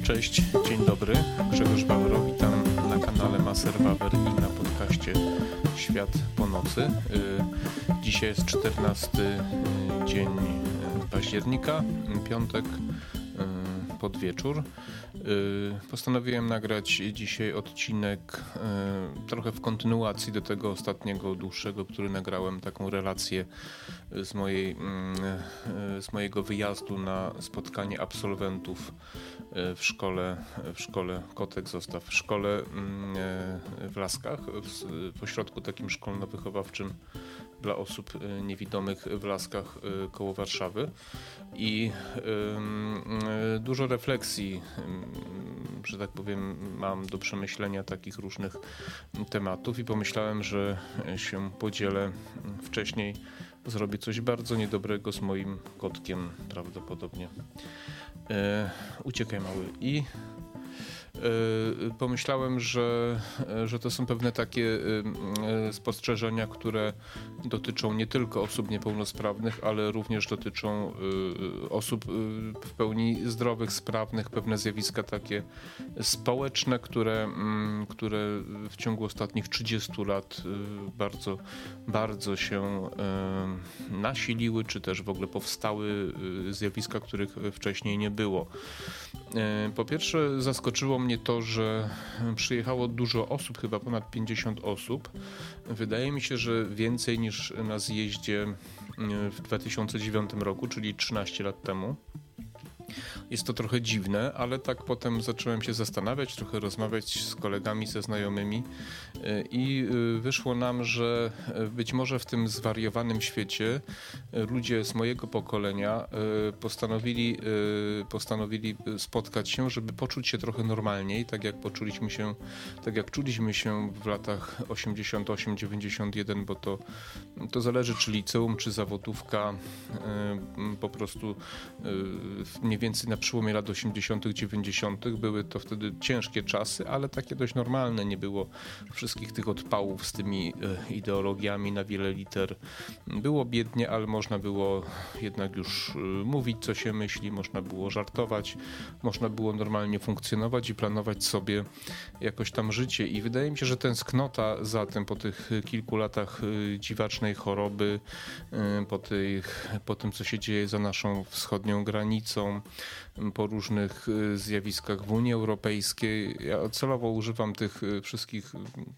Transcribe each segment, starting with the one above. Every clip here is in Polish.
Cześć, dzień dobry, Grzegorz Wawro, witam na kanale Maser Wawer i na podcaście Świat po nocy. Dzisiaj jest 14 dzień października, piątek, pod wieczór. Postanowiłem nagrać dzisiaj odcinek trochę w kontynuacji do tego ostatniego, dłuższego, który nagrałem, taką relację z mojego wyjazdu na spotkanie absolwentów w szkole Kotek Zostaw, w szkole w Laskach, w ośrodku takim szkolno-wychowawczym dla osób niewidomych w Laskach koło Warszawy. I dużo refleksji, że tak powiem, mam do przemyślenia takich różnych tematów i pomyślałem, że się podzielę. Wcześniej zrobię coś bardzo niedobrego z moim kotkiem prawdopodobnie. Uciekaj, mały. I pomyślałem, że to są pewne takie spostrzeżenia, które dotyczą nie tylko osób niepełnosprawnych, ale również dotyczą osób w pełni zdrowych, sprawnych, pewne zjawiska takie społeczne, które w ciągu ostatnich 30 lat bardzo się nasiliły, czy też w ogóle powstały zjawiska, których wcześniej nie było. Po pierwsze, zaskoczyło mnie to, że przyjechało dużo osób, chyba ponad 50 osób. Wydaje mi się, że więcej niż na zjeździe w 2009 roku, czyli 13 lat temu. Jest to trochę dziwne, ale tak potem zacząłem się zastanawiać, trochę rozmawiać z kolegami, ze znajomymi i wyszło nam, że być może w tym zwariowanym świecie ludzie z mojego pokolenia postanowili spotkać się, żeby poczuć się trochę normalniej, tak jak czuliśmy się w latach 88-91, bo to zależy, czy liceum, czy zawodówka, po prostu mniej więcej na przełomie lat 80., 90. były to wtedy ciężkie czasy, ale takie dość normalne. Nie było wszystkich tych odpałów z tymi ideologiami na wiele liter. Było biednie, ale można było jednak już mówić, co się myśli, można było żartować, można było normalnie funkcjonować i planować sobie jakoś tam życie. I wydaje mi się, że tęsknota za tym po tych kilku latach dziwacznej choroby, po tym, co się dzieje za naszą wschodnią granicą, po różnych zjawiskach w Unii Europejskiej. Ja celowo używam tych wszystkich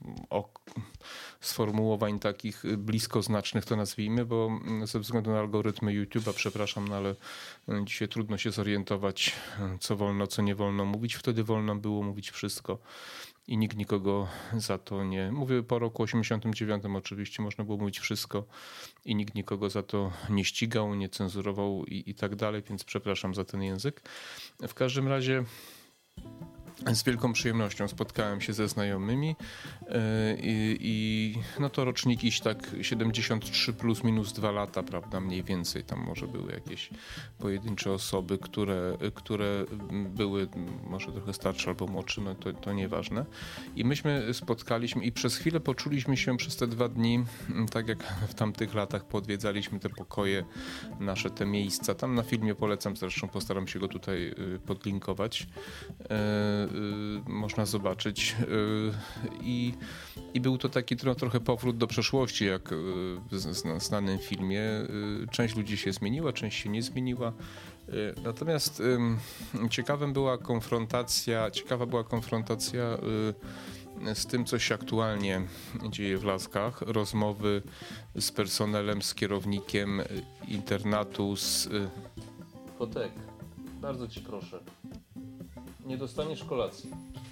sformułowań takich bliskoznacznych, to nazwijmy, bo ze względu na algorytmy YouTube'a, przepraszam, no ale dzisiaj trudno się zorientować, co wolno, co nie wolno mówić. Wtedy wolno było mówić wszystko i nikt nikogo za to nie... Mówię po roku 89 oczywiście, można było mówić wszystko i nikt nikogo za to nie ścigał, nie cenzurował i tak dalej, więc przepraszam za ten język. W każdym razie z wielką przyjemnością spotkałem się ze znajomymi i no to roczniki tak 73 plus minus 2 lata, prawda, mniej więcej. Tam może były jakieś pojedyncze osoby, które były może trochę starsze albo młodsze, no to nieważne. I myśmy spotkaliśmy i przez chwilę poczuliśmy się przez te 2 dni, tak jak w tamtych latach podwiedzaliśmy te pokoje nasze, te miejsca. Tam na filmie polecam, zresztą postaram się go tutaj podlinkować. Można zobaczyć i był to taki trochę powrót do przeszłości, jak w znanym filmie. Część ludzi się zmieniła, część się nie zmieniła. Natomiast ciekawa była konfrontacja z tym, co się aktualnie dzieje w Laskach. Rozmowy z personelem, z kierownikiem internatu, z... Kotek, bardzo ci proszę. Nie dostaniesz kolacji.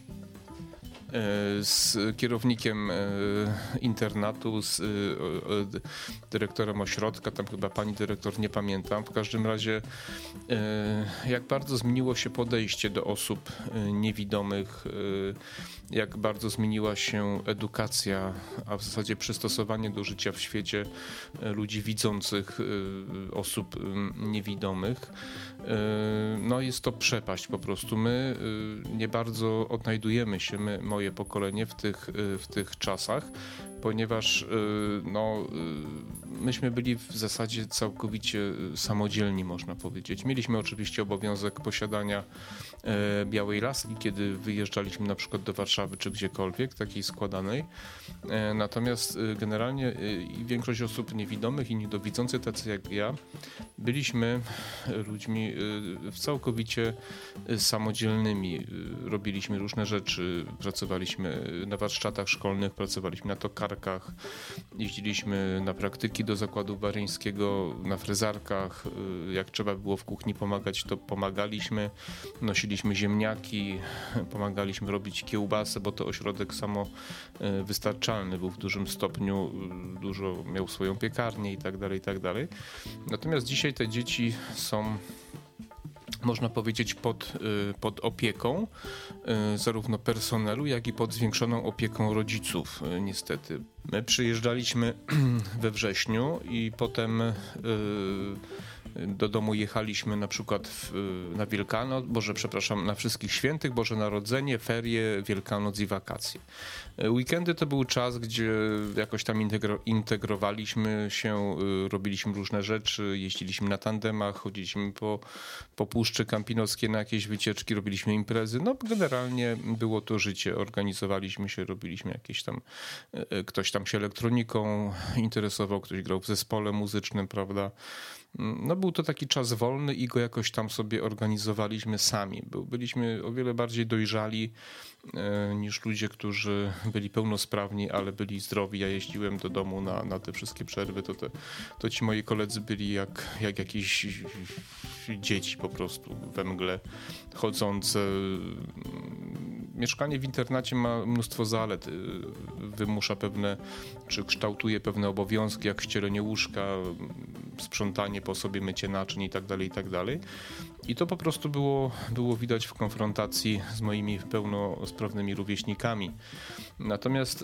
Z kierownikiem internatu, z dyrektorem ośrodka, tam chyba pani dyrektor, nie pamiętam. W każdym razie jak bardzo zmieniło się podejście do osób niewidomych, jak bardzo zmieniła się edukacja, a w zasadzie przystosowanie do życia w świecie ludzi widzących, osób niewidomych. No jest to przepaść po prostu. My nie bardzo odnajdujemy się, moje pokolenie w tych czasach, ponieważ myśmy byli w zasadzie całkowicie samodzielni, można powiedzieć. Mieliśmy oczywiście obowiązek posiadania białej laski, kiedy wyjeżdżaliśmy na przykład do Warszawy czy gdziekolwiek, takiej składanej. Natomiast generalnie większość osób niewidomych i niedowidzących, tacy jak ja, byliśmy ludźmi całkowicie samodzielnymi. Robiliśmy różne rzeczy, pracowaliśmy na warsztatach szkolnych, pracowaliśmy na tokarkach, jeździliśmy na praktyki do zakładu baryńskiego, na frezarkach. Jak trzeba było w kuchni pomagać, to pomagaliśmy. Nosiliśmy ziemniaki, pomagaliśmy robić kiełbasę, bo to ośrodek samowystarczalny był w dużym stopniu, dużo miał swoją piekarnię i tak dalej, i tak dalej. Natomiast dzisiaj te dzieci są, można powiedzieć, pod opieką zarówno personelu, jak i pod zwiększoną opieką rodziców, niestety. My przyjeżdżaliśmy we wrześniu i potem do domu jechaliśmy na przykład na Wielkanoc, na Wszystkich Świętych, Boże Narodzenie, ferie, Wielkanoc i wakacje. Weekendy to był czas, gdzie jakoś tam integrowaliśmy się, robiliśmy różne rzeczy, jeździliśmy na tandemach, chodziliśmy po Puszczy Kampinoskiej na jakieś wycieczki, robiliśmy imprezy. No generalnie było to życie, organizowaliśmy się, robiliśmy jakieś tam, ktoś tam się elektroniką interesował, ktoś grał w zespole muzycznym, prawda. No był to taki czas wolny i go jakoś tam sobie organizowaliśmy sami. Byliśmy o wiele bardziej dojrzali niż ludzie, którzy byli pełnosprawni, ale byli zdrowi. Ja jeździłem do domu na te wszystkie przerwy, to ci moi koledzy byli jak jakieś dzieci po prostu we mgle chodzące. Mieszkanie w internacie ma mnóstwo zalet. Wymusza czy kształtuje pewne obowiązki, jak ścielenie łóżka, sprzątanie po sobie, mycie naczyń i tak dalej, i tak dalej. I to po prostu było widać w konfrontacji z moimi pełnosprawnymi rówieśnikami. Natomiast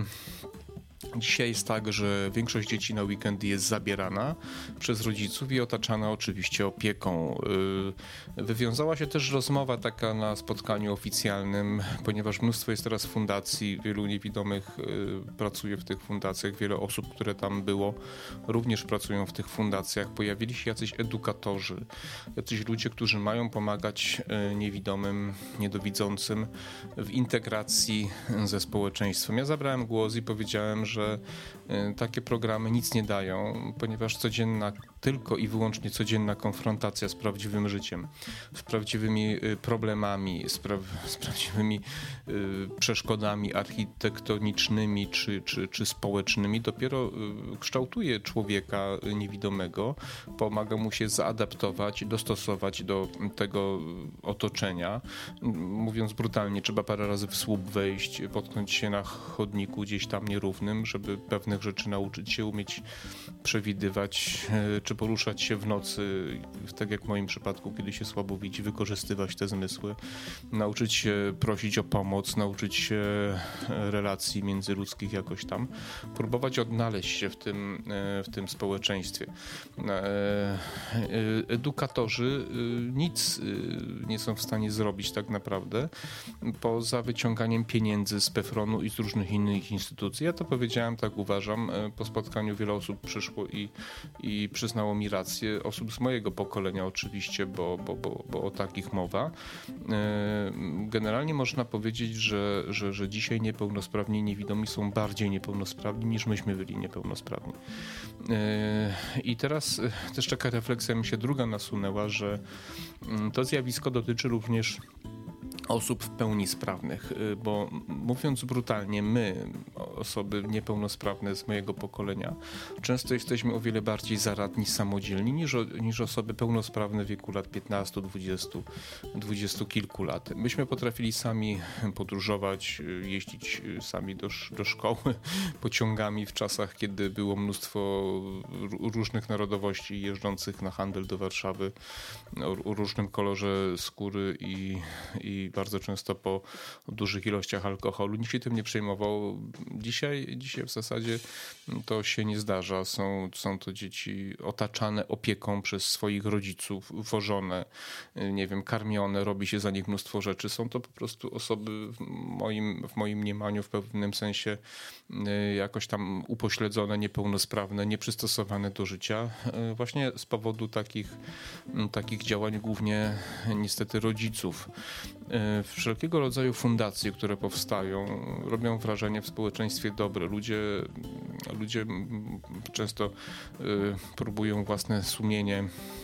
dzisiaj jest tak, że większość dzieci na weekendy jest zabierana przez rodziców i otaczana oczywiście opieką. Wywiązała się też rozmowa taka na spotkaniu oficjalnym, ponieważ mnóstwo jest teraz fundacji, wielu niewidomych pracuje w tych fundacjach, wiele osób, które tam było, również pracują w tych fundacjach. Pojawili się jacyś edukatorzy, jacyś ludzie, którzy mają pomagać niewidomym, niedowidzącym w integracji ze społeczeństwem. Ja zabrałem głos i powiedziałem, że takie programy nic nie dają, ponieważ tylko i wyłącznie codzienna konfrontacja z prawdziwym życiem, z prawdziwymi problemami, z prawdziwymi przeszkodami architektonicznymi czy społecznymi dopiero kształtuje człowieka niewidomego, pomaga mu się zaadaptować, dostosować do tego otoczenia. Mówiąc brutalnie, trzeba parę razy w słup wejść, potknąć się na chodniku gdzieś tam nierównym, żeby pewnych rzeczy nauczyć się, umieć przewidywać, czy poruszać się w nocy, tak jak w moim przypadku, kiedy się słabo widzi, wykorzystywać te zmysły, nauczyć się prosić o pomoc, nauczyć się relacji międzyludzkich jakoś tam, próbować odnaleźć się w tym społeczeństwie. Edukatorzy nic nie są w stanie zrobić tak naprawdę, poza wyciąganiem pieniędzy z PFRON-u i z różnych innych instytucji. Ja to powiedziałem, tak uważam. Po spotkaniu wiele osób przyszło i przyznało mi rację. Osób z mojego pokolenia oczywiście, bo o takich mowa. Generalnie można powiedzieć, że dzisiaj niepełnosprawni i niewidomi są bardziej niepełnosprawni niż myśmy byli niepełnosprawni. I teraz też taka refleksja mi się druga nasunęła, że to zjawisko dotyczy również osób w pełni sprawnych, bo mówiąc brutalnie, my, osoby niepełnosprawne z mojego pokolenia, często jesteśmy o wiele bardziej zaradni, samodzielni niż osoby pełnosprawne w wieku lat 15, 20 kilku lat. Myśmy potrafili sami podróżować, jeździć sami do szkoły pociągami w czasach, kiedy było mnóstwo różnych narodowości jeżdżących na handel do Warszawy o różnym kolorze skóry i bardzo często po dużych ilościach alkoholu. Nikt się tym nie przejmował. Dzisiaj w zasadzie to się nie zdarza. Są to dzieci otaczane opieką przez swoich rodziców, wożone, nie wiem, karmione, robi się za nich mnóstwo rzeczy. Są to po prostu osoby w moim mniemaniu w pewnym sensie jakoś tam upośledzone, niepełnosprawne, nieprzystosowane do życia. Właśnie z powodu takich działań głównie niestety rodziców. Wszelkiego rodzaju fundacje, które powstają, robią wrażenie w społeczeństwie dobre. Ludzie często próbują własne sumienie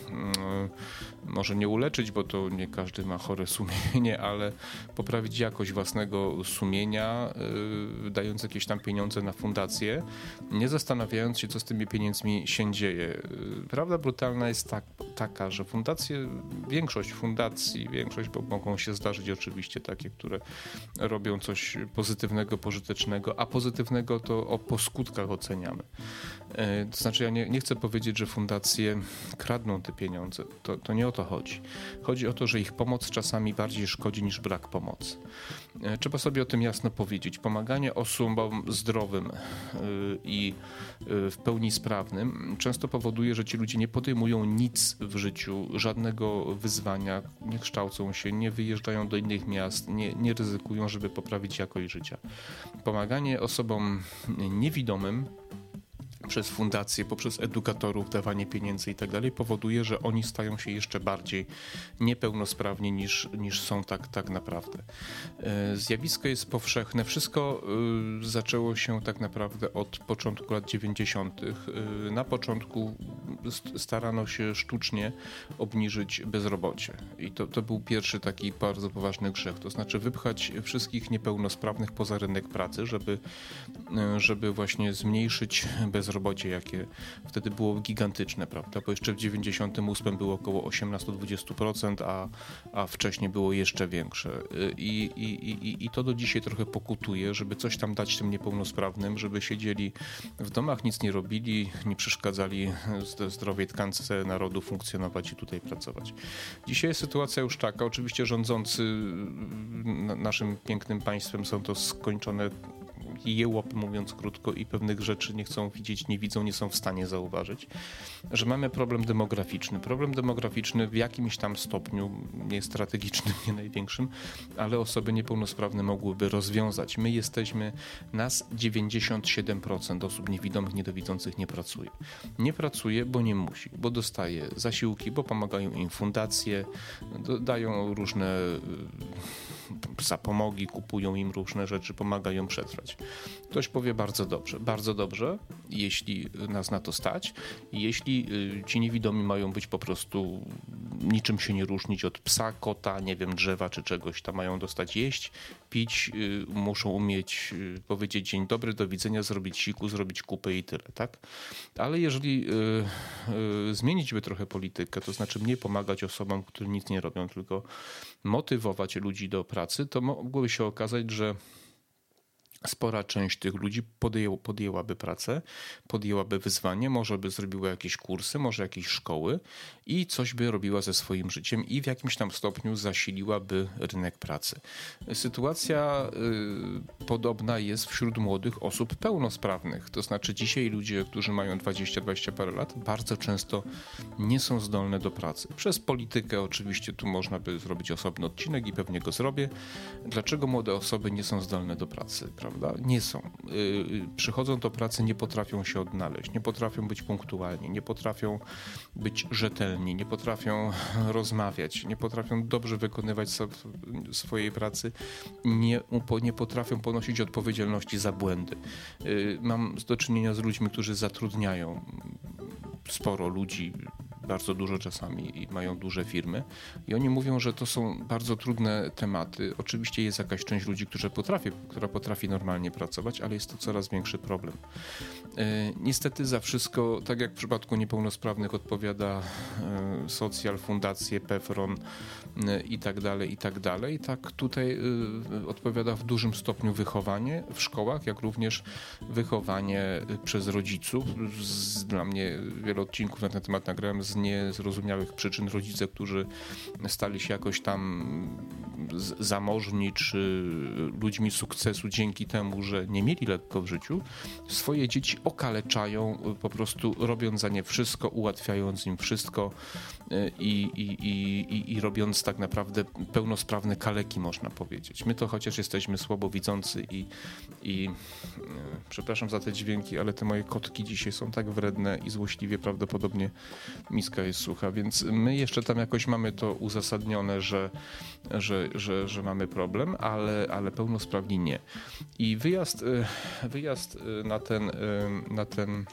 może nie uleczyć, bo to nie każdy ma chore sumienie, ale poprawić jakość własnego sumienia, dając jakieś tam pieniądze na fundacje, nie zastanawiając się, co z tymi pieniędzmi się dzieje. Prawda brutalna jest taka, że większość fundacji, bo mogą się zdarzyć oczywiście takie, które robią coś pozytywnego, pożytecznego, a pozytywnego to po skutkach oceniamy. To znaczy ja nie chcę powiedzieć, że fundacje kradną te pieniądze. To nie o to chodzi. Chodzi o to, że ich pomoc czasami bardziej szkodzi niż brak pomocy. Trzeba sobie o tym jasno powiedzieć. Pomaganie osobom zdrowym i w pełni sprawnym często powoduje, że ci ludzie nie podejmują nic w życiu, żadnego wyzwania, nie kształcą się, nie wyjeżdżają do innych miast, nie ryzykują, żeby poprawić jakość życia. Pomaganie osobom niewidomym przez fundacje, poprzez edukatorów, dawanie pieniędzy i tak dalej powoduje, że oni stają się jeszcze bardziej niepełnosprawni niż są tak naprawdę. Zjawisko jest powszechne. Wszystko zaczęło się tak naprawdę od początku lat 90. Na początku starano się sztucznie obniżyć bezrobocie. I to był pierwszy taki bardzo poważny grzech. To znaczy wypchać wszystkich niepełnosprawnych poza rynek pracy, żeby właśnie zmniejszyć bezrobocie, jakie wtedy było gigantyczne, prawda? Bo jeszcze w 98 było około 18-20%, a wcześniej było jeszcze większe. I to do dzisiaj trochę pokutuje, żeby coś tam dać tym niepełnosprawnym, żeby siedzieli w domach, nic nie robili, nie przeszkadzali zdrowej tkance narodu funkcjonować i tutaj pracować. Dzisiaj jest sytuacja już taka, oczywiście rządzący naszym pięknym państwem są to skończone jełopy, mówiąc krótko, i pewnych rzeczy nie chcą widzieć, nie widzą, nie są w stanie zauważyć, że mamy problem demograficzny. Problem demograficzny w jakimś tam stopniu, nie strategicznym, nie największym, ale osoby niepełnosprawne mogłyby rozwiązać. Nas 97% osób niewidomych, niedowidzących nie pracuje. Nie pracuje, bo nie musi, bo dostaje zasiłki, bo pomagają im fundacje, dają różne zapomogi, kupują im różne rzeczy, pomagają przetrwać. Ktoś powie bardzo dobrze, jeśli nas na to stać, jeśli ci niewidomi mają być po prostu niczym się nie różnić od psa, kota, nie wiem, drzewa czy czegoś, tam mają dostać jeść, pić, muszą umieć powiedzieć dzień dobry, do widzenia, zrobić siku, zrobić kupę i tyle, tak? Ale jeżeli zmienić by trochę politykę, to znaczy mniej pomagać osobom, które nic nie robią, tylko motywować ludzi do pracy, to mogłoby się okazać, że spora część tych ludzi podjęłaby pracę, podjęłaby wyzwanie, może by zrobiła jakieś kursy, może jakieś szkoły i coś by robiła ze swoim życiem i w jakimś tam stopniu zasiliłaby rynek pracy. Sytuacja podobna jest wśród młodych osób pełnosprawnych. To znaczy dzisiaj ludzie, którzy mają 20 parę lat, bardzo często nie są zdolne do pracy. Przez politykę oczywiście tu można by zrobić osobny odcinek i pewnie go zrobię. Dlaczego młode osoby nie są zdolne do pracy, prawda? Nie są. Przychodzą do pracy, nie potrafią się odnaleźć, nie potrafią być punktualni, nie potrafią być rzetelni, nie potrafią rozmawiać, nie potrafią dobrze wykonywać swojej pracy, nie potrafią ponosić odpowiedzialności za błędy. Mam do czynienia z ludźmi, którzy zatrudniają sporo ludzi, bardzo dużo czasami i mają duże firmy i oni mówią, że to są bardzo trudne tematy. Oczywiście jest jakaś część ludzi, która potrafi normalnie pracować, ale jest to coraz większy problem. Niestety za wszystko, tak jak w przypadku niepełnosprawnych odpowiada socjal, fundacje, PFRON, i tak dalej, i tak dalej. Tak tutaj odpowiada w dużym stopniu wychowanie w szkołach, jak również wychowanie przez rodziców. Dla mnie wiele odcinków na ten temat nagrałem z niezrozumiałych przyczyn. Rodzice, którzy stali się jakoś tam zamożni czy ludźmi sukcesu dzięki temu, że nie mieli lekko w życiu, swoje dzieci okaleczają po prostu robiąc za nie wszystko, ułatwiając im wszystko i robiąc tak naprawdę pełnosprawne kaleki, można powiedzieć. My to chociaż jesteśmy słabowidzący i przepraszam za te dźwięki, ale te moje kotki dzisiaj są tak wredne i złośliwie prawdopodobnie miska jest sucha, więc my jeszcze tam jakoś mamy to uzasadnione, że mamy problem, ale pełnosprawni nie. I wyjazd na ten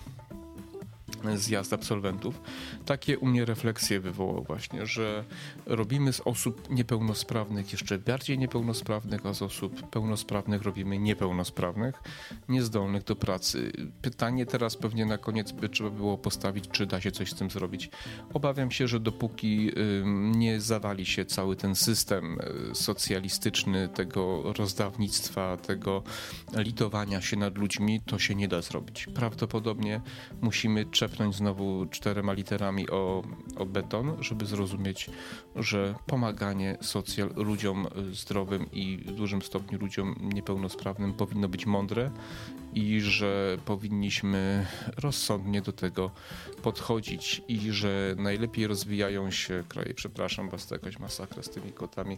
zjazd absolwentów, takie u mnie refleksje wywołał właśnie, że robimy z osób niepełnosprawnych jeszcze bardziej niepełnosprawnych, a z osób pełnosprawnych robimy niepełnosprawnych, niezdolnych do pracy. Pytanie teraz pewnie na koniec by trzeba było postawić, czy da się coś z tym zrobić. Obawiam się, że dopóki nie zawali się cały ten system socjalistyczny, tego rozdawnictwa, tego litowania się nad ludźmi, to się nie da zrobić. Prawdopodobnie musimy czepnąć znowu 4 literami o beton, żeby zrozumieć, że pomaganie ludziom zdrowym i w dużym stopniu ludziom niepełnosprawnym powinno być mądre i że powinniśmy rozsądnie do tego podchodzić i że najlepiej rozwijają się kraje, przepraszam was, to jakaś masakra z tymi kotami,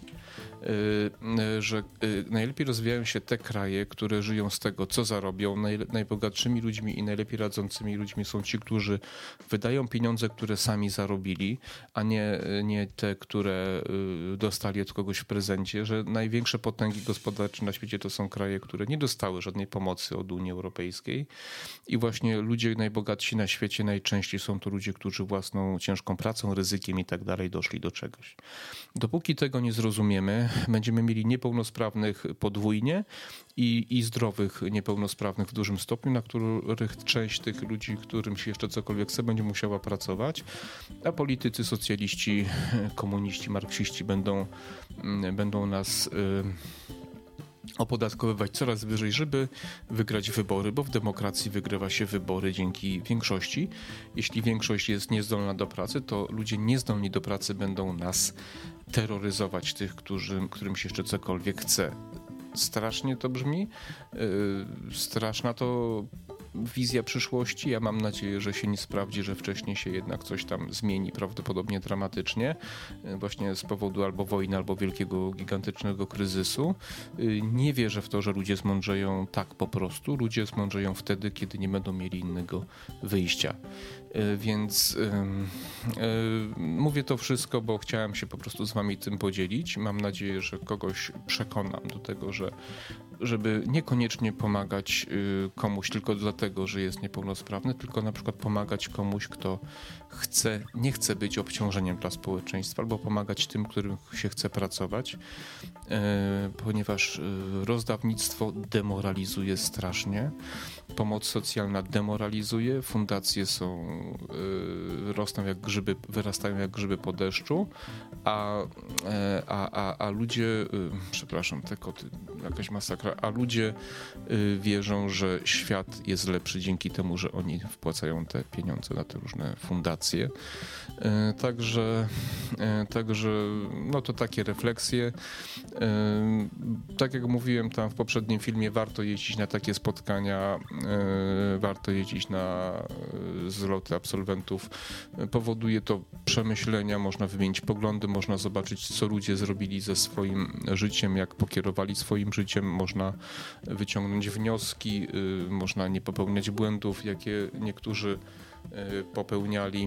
że najlepiej rozwijają się te kraje, które żyją z tego, co zarobią. Najbogatszymi ludźmi i najlepiej radzącymi ludźmi są ci, którzy wydają pieniądze, które sami zarobili, a nie te, które dostali od kogoś w prezencie, że największe potęgi gospodarcze na świecie to są kraje, które nie dostały żadnej pomocy od Unii Europejskiej i właśnie ludzie najbogatsi na świecie najczęściej są to ludzie, którzy własną ciężką pracą, ryzykiem i tak dalej doszli do czegoś. Dopóki tego nie zrozumiemy, będziemy mieli niepełnosprawnych podwójnie i zdrowych niepełnosprawnych w dużym stopniu, na których część tych ludzi, którym się jeszcze cokolwiek chce, będzie musiała pracować, a politycy, socjaliści, komuniści, marksiści będą nas opodatkowywać coraz wyżej, żeby wygrać wybory, bo w demokracji wygrywa się wybory dzięki większości. Jeśli większość jest niezdolna do pracy, to ludzie niezdolni do pracy będą nas terroryzować, tych, którym się jeszcze cokolwiek chce. Strasznie to brzmi, straszna to wizja przyszłości. Ja mam nadzieję, że się nie sprawdzi, że wcześniej się jednak coś tam zmieni, prawdopodobnie dramatycznie, właśnie z powodu albo wojny, albo wielkiego, gigantycznego kryzysu. Nie wierzę w to, że ludzie zmądrzeją tak po prostu. Ludzie zmądrzeją wtedy, kiedy nie będą mieli innego wyjścia. Więc mówię to wszystko, bo chciałem się po prostu z wami tym podzielić. Mam nadzieję, że kogoś przekonam do tego, żeby niekoniecznie pomagać komuś tylko dlatego, że jest niepełnosprawny, tylko na przykład pomagać komuś, kto nie chce być obciążeniem dla społeczeństwa, albo pomagać tym, którym się chce pracować, ponieważ rozdawnictwo demoralizuje strasznie, pomoc socjalna demoralizuje, fundacje wyrastają jak grzyby po deszczu, a ludzie, przepraszam, te koty, jakaś masakra, a ludzie wierzą, że świat jest lepszy dzięki temu, że oni wpłacają te pieniądze na te różne fundacje. Także no to takie refleksje. Tak jak mówiłem tam w poprzednim filmie, warto jeździć na takie spotkania, warto jeździć na zloty absolwentów. Powoduje to przemyślenia, można wymienić poglądy, można zobaczyć, co ludzie zrobili ze swoim życiem, jak pokierowali swoim życiem, można wyciągnąć wnioski, można nie popełniać błędów, jakie niektórzy popełniali.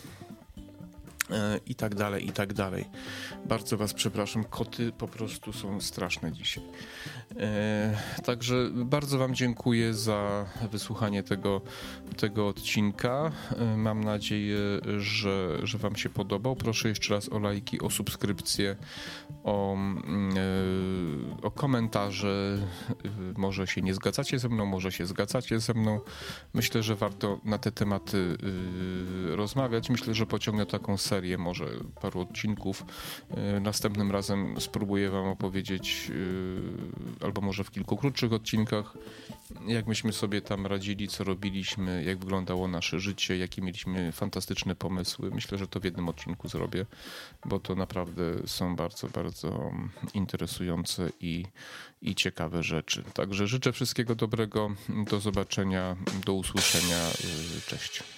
I tak dalej, i tak dalej. Bardzo was przepraszam, koty po prostu są straszne dzisiaj. Także bardzo wam dziękuję za wysłuchanie tego odcinka. Mam nadzieję, że wam się podobał. Proszę jeszcze raz o lajki, o subskrypcje, o komentarze. Może się nie zgadzacie ze mną, może się zgadzacie ze mną. Myślę, że warto na te tematy rozmawiać. Myślę, że pociągnę taką serię serię może paru odcinków. Następnym razem spróbuję wam opowiedzieć, albo może w kilku krótszych odcinkach, jak myśmy sobie tam radzili, co robiliśmy, jak wyglądało nasze życie, jakie mieliśmy fantastyczne pomysły. Myślę, że to w jednym odcinku zrobię, bo to naprawdę są bardzo, bardzo interesujące i ciekawe rzeczy. Także życzę wszystkiego dobrego, do zobaczenia, do usłyszenia. Cześć.